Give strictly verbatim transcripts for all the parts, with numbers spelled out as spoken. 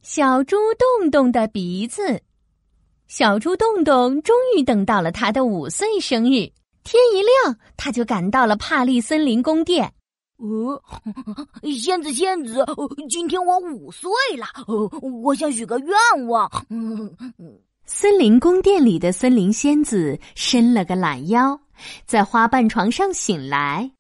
小猪洞洞的鼻子。小猪洞洞终于等到了他的五岁生日，天一亮，他就赶到了帕利森林宫殿。 呃，仙子仙子，今天我五岁了，我想许个愿望。 森林宫殿里的森林仙子伸了个懒腰，在花瓣床上醒来。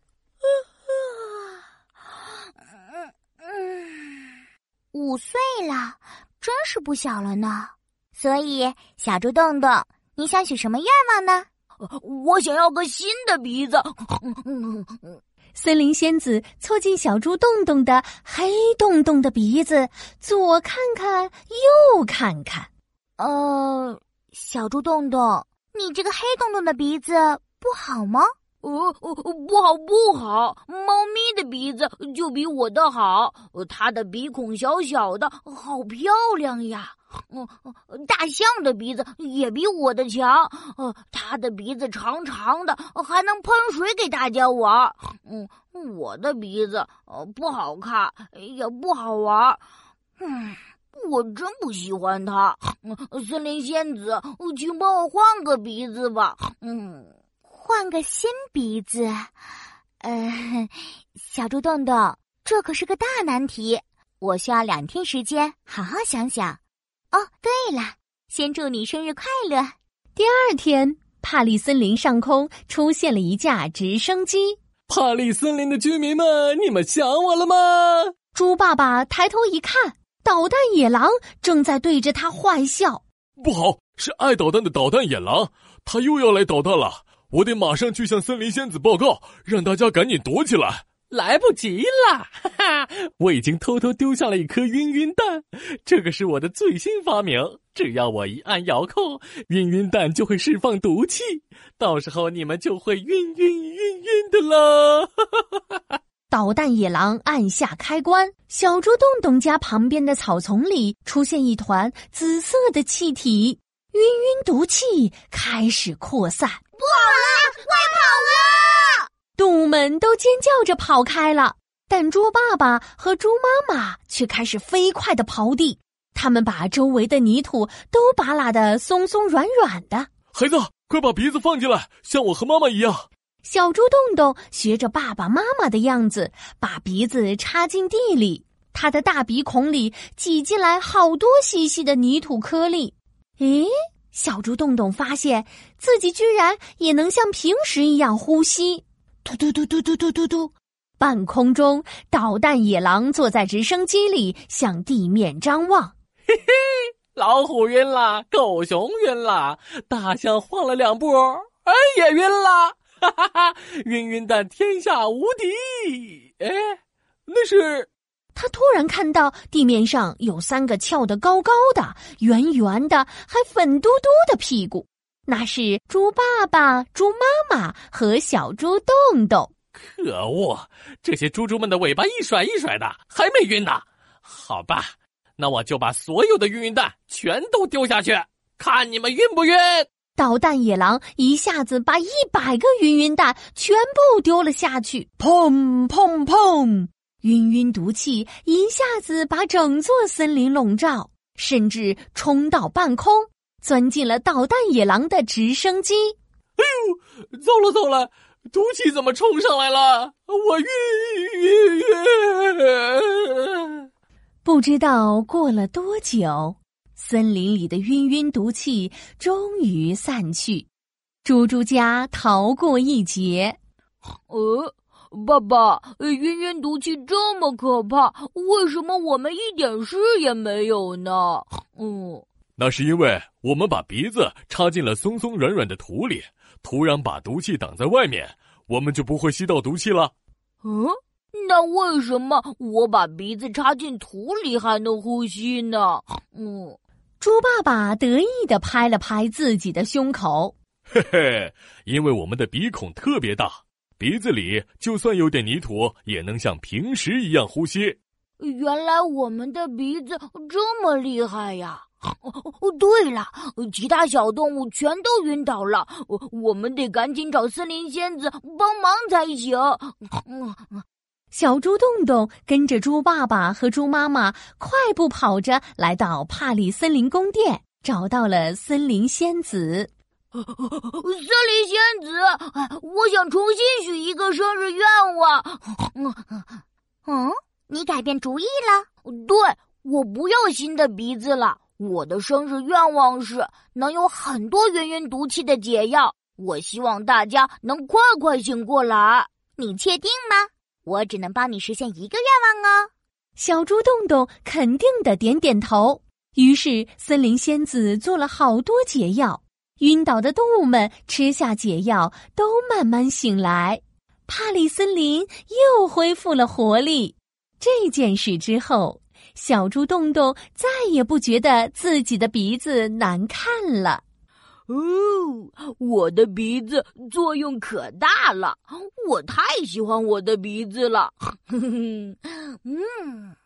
五岁了，真是不小了呢。所以，小猪洞洞，你想许什么愿望呢？ 我想要个新的鼻子。 森林仙子凑近小猪洞洞的黑洞洞的鼻子，左看看，右看看。 呃，小猪洞洞，你这个黑洞洞的鼻子不好吗？ 呃，不好不好，猫咪的鼻子就比我的好，它的鼻孔小小的，好漂亮呀。嗯，大象的鼻子也比我的强，呃，它的鼻子长长的，还能喷水给大家玩。嗯，我的鼻子呃不好看，也不好玩。嗯，我真不喜欢它。嗯，森林仙子，请帮我换个鼻子吧。嗯。 换个新鼻子，呃，小猪洞洞，这可是个大难题，我需要两天时间好好想想。哦，对了，先祝你生日快乐。 第二天，帕利森林上空出现了一架直升机。 帕利森林的居民们，你们想我了吗？ 猪爸爸抬头一看，捣蛋野狼正在对着他坏笑。 不好，是爱捣蛋的捣蛋野狼，他又要来捣蛋了。我得马上去向森林仙子报告，让大家赶紧躲起来。 来不及了，哈哈！我已经偷偷丢下了一颗晕晕弹，这个是我的最新发明。只要我一按遥控，晕晕弹就会释放毒气，到时候你们就会晕晕晕晕的了。 捣蛋野狼按下开关，小猪洞洞家旁边的草丛里出现一团紫色的气体，晕晕毒气开始扩散。 不好了，快跑啊！ 动物们都尖叫着跑开了，但猪爸爸和猪妈妈却开始飞快地刨地，他们把周围的泥土都扒拉得松松软软的。 孩子，快把鼻子放进来，像我和妈妈一样。 小猪洞洞学着爸爸妈妈的样子，把鼻子插进地里，他的大鼻孔里挤进来好多细细的泥土颗粒。诶，小猪洞洞发现自己居然也能像平时一样呼吸。嘟嘟嘟嘟嘟嘟嘟嘟，半空中，捣蛋野狼坐在直升机里，向地面张望。 嘿嘿，老虎晕了，狗熊晕了，大象晃了两步，哎，也晕了。哈哈哈！晕晕弹天下无敌。哎，那是…… 他突然看到地面上有三个翘得高高的、圆圆的、还粉嘟嘟的屁股，那是猪爸爸、猪妈妈和小猪洞洞。 可恶，这些猪猪们的尾巴一甩一甩的，还没晕呢。好吧，那我就把所有的晕晕弹全都丢下去，看你们晕不晕。 捣蛋野狼一下子把一百个晕晕弹全部丢了下去，砰砰砰！晕晕毒气一下子把整座森林笼罩，甚至冲到半空，钻进了捣蛋野狼的直升机。 哎呦，糟了糟了，毒气怎么冲上来了？我晕晕晕！ 不知道过了多久，森林里的晕晕毒气终于散去，猪猪家逃过一劫。 呃，爸爸，晕晕毒气这么可怕，为什么我们一点事也没有呢？嗯， 那是因为我们把鼻子插进了松松软软的土里，土壤把毒气挡在外面，我们就不会吸到毒气了。 嗯，那为什么我把鼻子插进土里还能呼吸呢？嗯。 猪爸爸得意地拍了拍自己的胸口。 嘿嘿，因为我们的鼻孔特别大，鼻子里就算有点泥土，也能像平时一样呼吸。 原来我们的鼻子这么厉害呀！哦，对了，其他小动物全都晕倒了，我们得赶紧找森林仙子帮忙才行。 小猪洞洞跟着猪爸爸和猪妈妈快步跑着来到帕里森林宫殿，找到了森林仙子。 森林仙子，我想重新许一个生日愿望。 嗯，你改变主意了？ 对，我不要新的鼻子了。我的生日愿望是能有很多源源毒气的解药。我希望大家能快快醒过来。 你确定吗？我只能帮你实现一个愿望哦。 小猪洞洞肯定地点点头。于是森林仙子做了好多解药，晕倒的动物们吃下解药都慢慢醒来，帕里森林又恢复了活力。这件事之后，小猪洞洞再也不觉得自己的鼻子难看了。 哦，我的鼻子作用可大了，我太喜欢我的鼻子了。嗯。